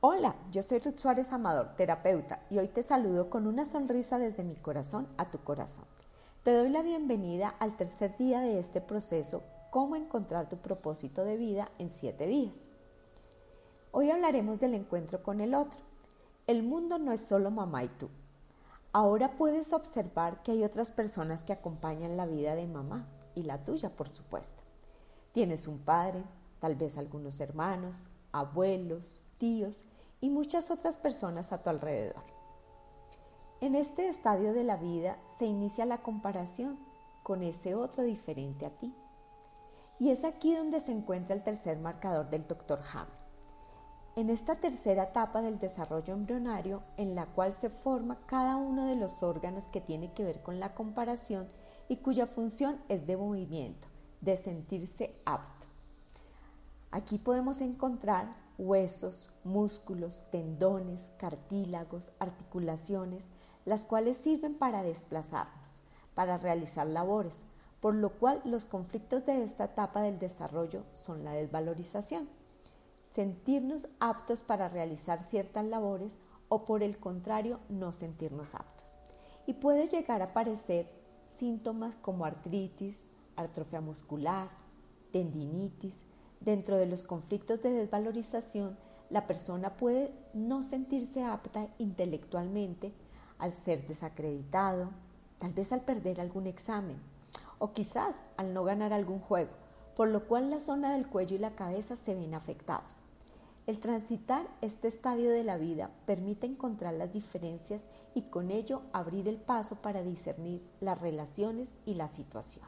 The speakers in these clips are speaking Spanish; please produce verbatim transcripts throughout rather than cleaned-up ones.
Hola, yo soy Ruth Suárez Amador, terapeuta, y hoy te saludo con una sonrisa desde mi corazón a tu corazón. Te doy la bienvenida al tercer día de este proceso, cómo encontrar tu propósito de vida en siete días. Hoy hablaremos del encuentro con el otro. El mundo no es solo mamá y tú. Ahora puedes observar que hay otras personas que acompañan la vida de mamá y la tuya, por supuesto. Tienes un padre, tal vez algunos hermanos, abuelos, tíos y muchas otras personas a tu alrededor. En este estadio de la vida se inicia la comparación con ese otro diferente a ti. Y es aquí donde se encuentra el tercer marcador del doctor Hammer. En esta tercera etapa del desarrollo embrionario, en la cual se forma cada uno de los órganos que tiene que ver con la comparación y cuya función es de movimiento, de sentirse apto. Aquí podemos encontrar huesos, músculos, tendones, cartílagos, articulaciones, las cuales sirven para desplazarnos, para realizar labores, por lo cual los conflictos de esta etapa del desarrollo son la desvalorización, sentirnos aptos para realizar ciertas labores o por el contrario no sentirnos aptos. Y puede llegar a aparecer síntomas como artritis, atrofia muscular, tendinitis. Dentro de los conflictos de desvalorización, la persona puede no sentirse apta intelectualmente al ser desacreditado, tal vez al perder algún examen o quizás al no ganar algún juego, por lo cual la zona del cuello y la cabeza se ven afectados. El transitar este estadio de la vida permite encontrar las diferencias y con ello abrir el paso para discernir las relaciones y las situaciones.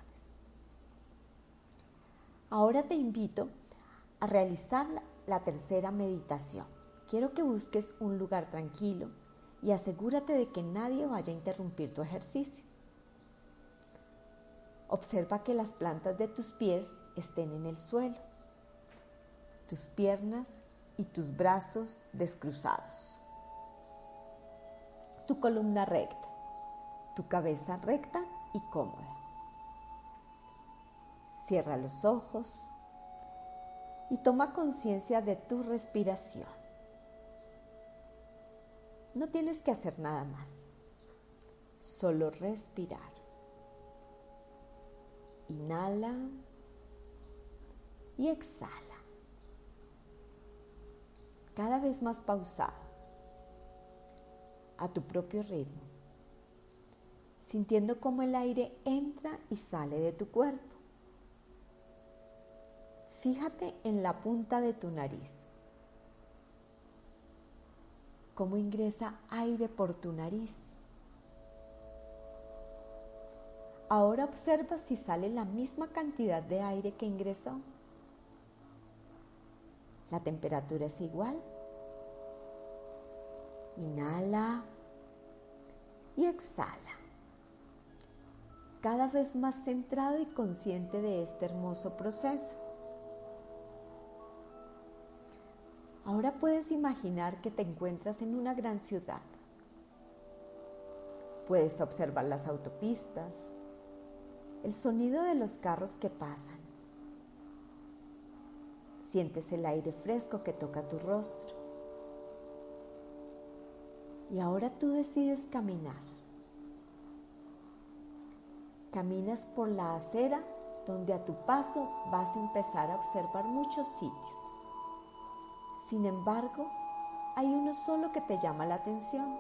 Ahora te invito a realizar la tercera meditación. Quiero que busques un lugar tranquilo y asegúrate de que nadie vaya a interrumpir tu ejercicio. Observa que las plantas de tus pies estén en el suelo, tus piernas y tus brazos descruzados, tu columna recta, tu cabeza recta y cómoda. Cierra los ojos y toma conciencia de tu respiración. No tienes que hacer nada más, solo respirar. Inhala y exhala. Cada vez más pausado, a tu propio ritmo, sintiendo cómo el aire entra y sale de tu cuerpo. Fíjate en la punta de tu nariz, cómo ingresa aire por tu nariz. Ahora observa si sale la misma cantidad de aire que ingresó. La temperatura es igual. Inhala y exhala. Cada vez más centrado y consciente de este hermoso proceso. Ahora puedes imaginar que te encuentras en una gran ciudad. Puedes observar las autopistas, el sonido de los carros que pasan. Sientes el aire fresco que toca tu rostro. Y ahora tú decides caminar. Caminas por la acera donde a tu paso vas a empezar a observar muchos sitios. Sin embargo, hay uno solo que te llama la atención.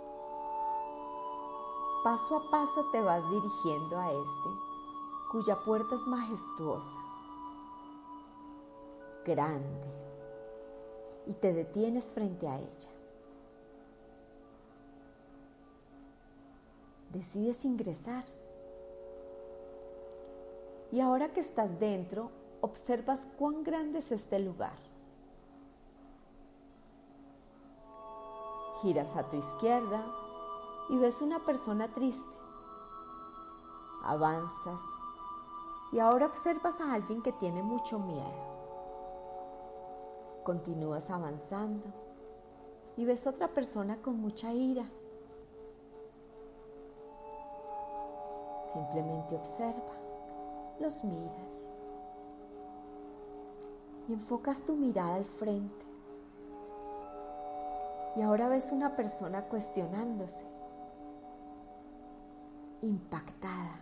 Paso a paso te vas dirigiendo a este, cuya puerta es majestuosa, grande, y te detienes frente a ella. Decides ingresar. Y ahora que estás dentro, observas cuán grande es este lugar. Giras a tu izquierda y ves una persona triste. Avanzas y ahora observas a alguien que tiene mucho miedo. Continúas avanzando y ves otra persona con mucha ira. Simplemente observa, los miras y enfocas tu mirada al frente. Y ahora ves una persona cuestionándose, impactada.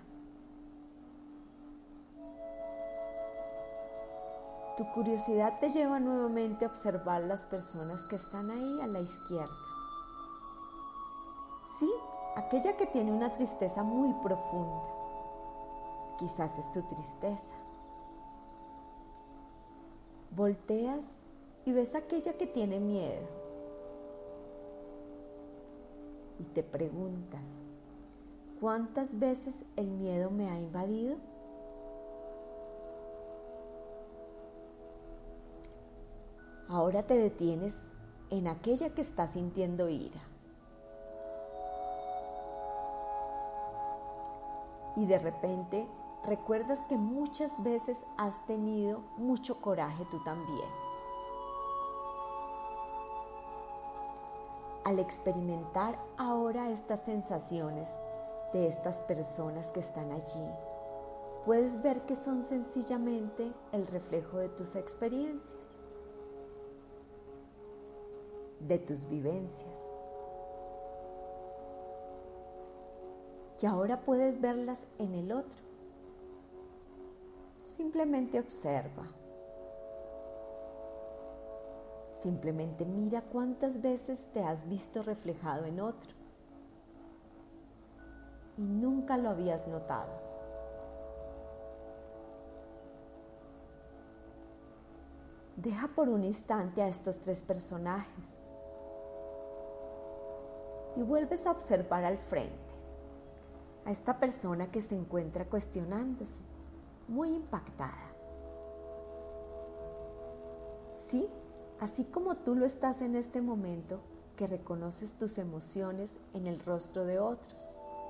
Tu curiosidad te lleva nuevamente a observar las personas que están ahí a la izquierda. Sí, aquella que tiene una tristeza muy profunda. Quizás es tu tristeza. Volteas y ves a aquella que tiene miedo. Y te preguntas, ¿cuántas veces el miedo me ha invadido? Ahora te detienes en aquella que está sintiendo ira. Y de repente recuerdas que muchas veces has tenido mucho coraje tú también. Al experimentar ahora estas sensaciones de estas personas que están allí, puedes ver que son sencillamente el reflejo de tus experiencias, de tus vivencias. Y ahora puedes verlas en el otro. Simplemente observa. Simplemente mira cuántas veces te has visto reflejado en otro y nunca lo habías notado. Deja por un instante a estos tres personajes y vuelves a observar al frente, a esta persona que se encuentra cuestionándose, muy impactada. Sí, así como tú lo estás en este momento, que reconoces tus emociones en el rostro de otros.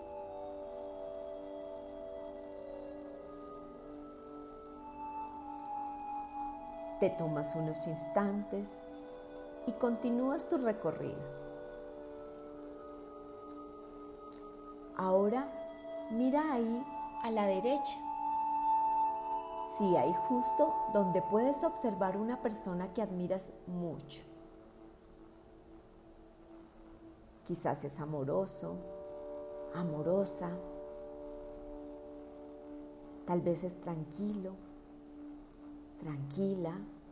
Te tomas unos instantes y continúas tu recorrido. Ahora mira ahí a la derecha. Sí, ahí justo donde puedes observar una persona que admiras mucho. Quizás es amoroso, amorosa, tal vez es tranquilo, tranquila,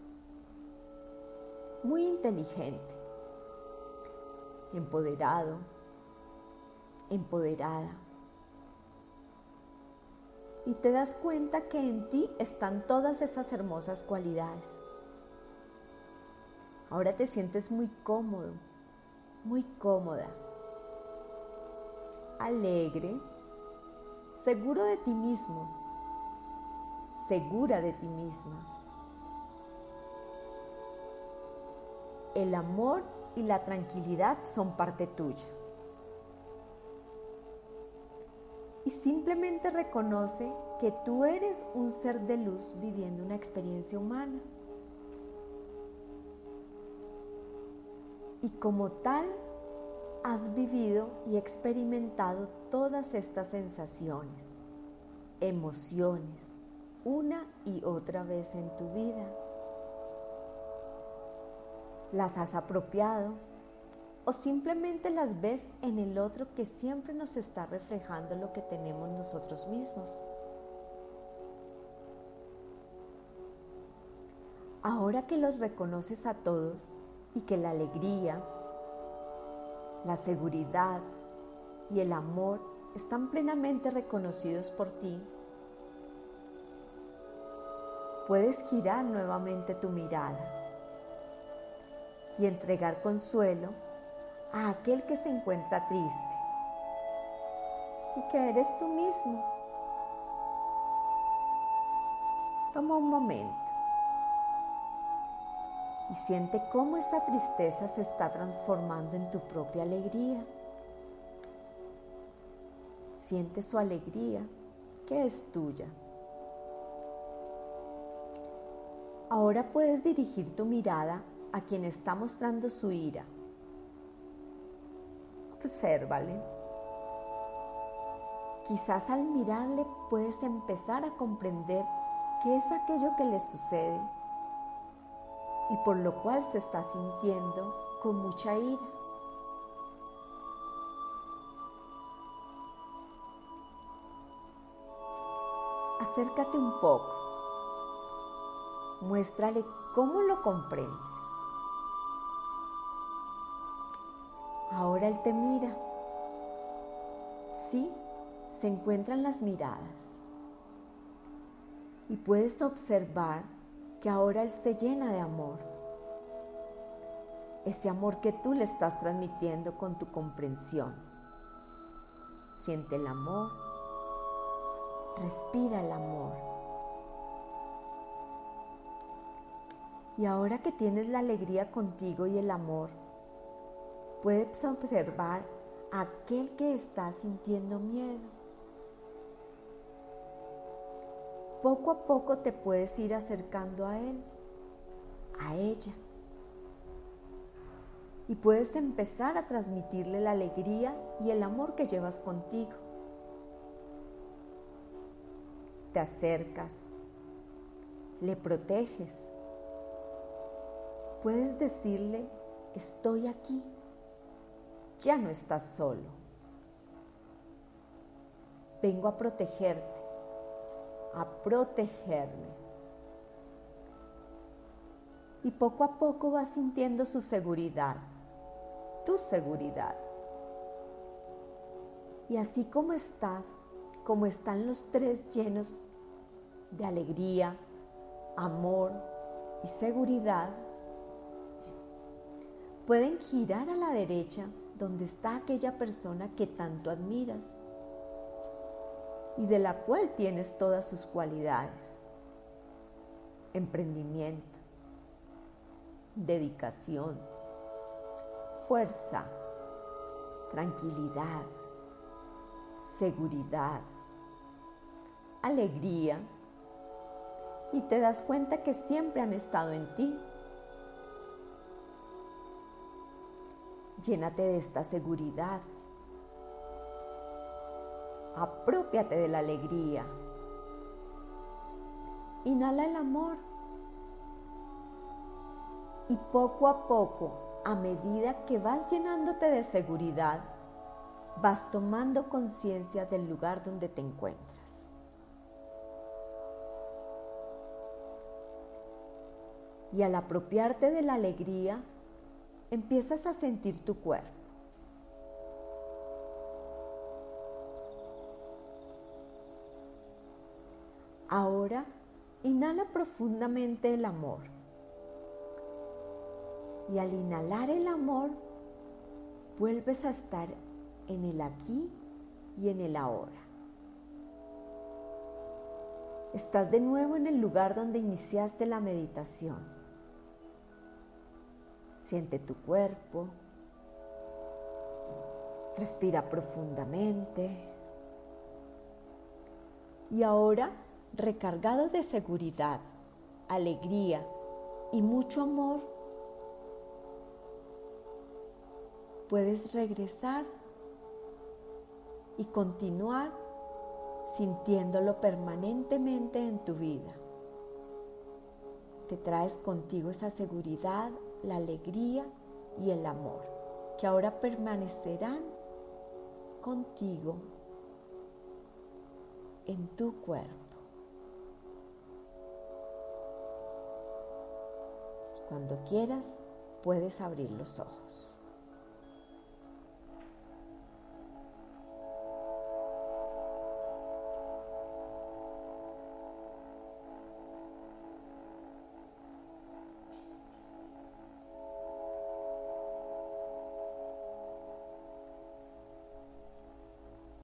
muy inteligente, empoderado, empoderada. Y te das cuenta que en ti están todas esas hermosas cualidades. Ahora te sientes muy cómodo, muy cómoda, alegre, seguro de ti mismo, segura de ti misma. El amor y la tranquilidad son parte tuya. Y simplemente reconoce que tú eres un ser de luz viviendo una experiencia humana. Y como tal, has vivido y experimentado todas estas sensaciones, emociones, una y otra vez en tu vida. Las has apropiado o simplemente las ves en el otro que siempre nos está reflejando lo que tenemos nosotros mismos. Ahora que los reconoces a todos y que la alegría, la seguridad y el amor están plenamente reconocidos por ti, puedes girar nuevamente tu mirada y entregar consuelo a aquel que se encuentra triste y que eres tú mismo. Toma un momento y siente cómo esa tristeza se está transformando en tu propia alegría. Siente su alegría, que es tuya. Ahora puedes dirigir tu mirada a quien está mostrando su ira. Obsérvale. Quizás al mirarle puedes empezar a comprender qué es aquello que le sucede y por lo cual se está sintiendo con mucha ira. acércate un poco. Muéstrale cómo lo comprendes. Ahora él te mira. Sí, se encuentran las miradas. Y puedes observar que ahora él se llena de amor. Ese amor que tú le estás transmitiendo con tu comprensión. Siente el amor. Respira el amor. Y ahora que tienes la alegría contigo y el amor, puedes observar a aquel que está sintiendo miedo. Poco a poco te puedes ir acercando a él, a ella. Y puedes empezar a transmitirle la alegría y el amor que llevas contigo. Te acercas, le proteges. Puedes decirle, estoy aquí, ya no estás solo. Vengo a protegerte, a protegerme. Y poco a poco vas sintiendo su seguridad, tu seguridad. Y así como estás, como están los tres llenos de alegría, amor y seguridad, pueden girar a la derecha donde está aquella persona que tanto admiras y de la cual tienes todas sus cualidades: emprendimiento, dedicación, fuerza, tranquilidad, seguridad, alegría, y te das cuenta que siempre han estado en ti. Llénate de esta seguridad. Aprópiate de la alegría. Inhala el amor. Y poco a poco, a medida que vas llenándote de seguridad, vas tomando conciencia del lugar donde te encuentras. Y al apropiarte de la alegría, empiezas a sentir tu cuerpo. Ahora, inhala profundamente el amor. Y al inhalar el amor, vuelves a estar en el aquí y en el ahora. Estás de nuevo en el lugar donde iniciaste la meditación. Siente tu cuerpo, respira profundamente y ahora, recargado de seguridad, alegría y mucho amor, puedes regresar y continuar sintiéndolo permanentemente en tu vida. Te traes contigo esa seguridad, la alegría y el amor, que ahora permanecerán contigo en tu cuerpo. Cuando quieras, puedes abrir los ojos.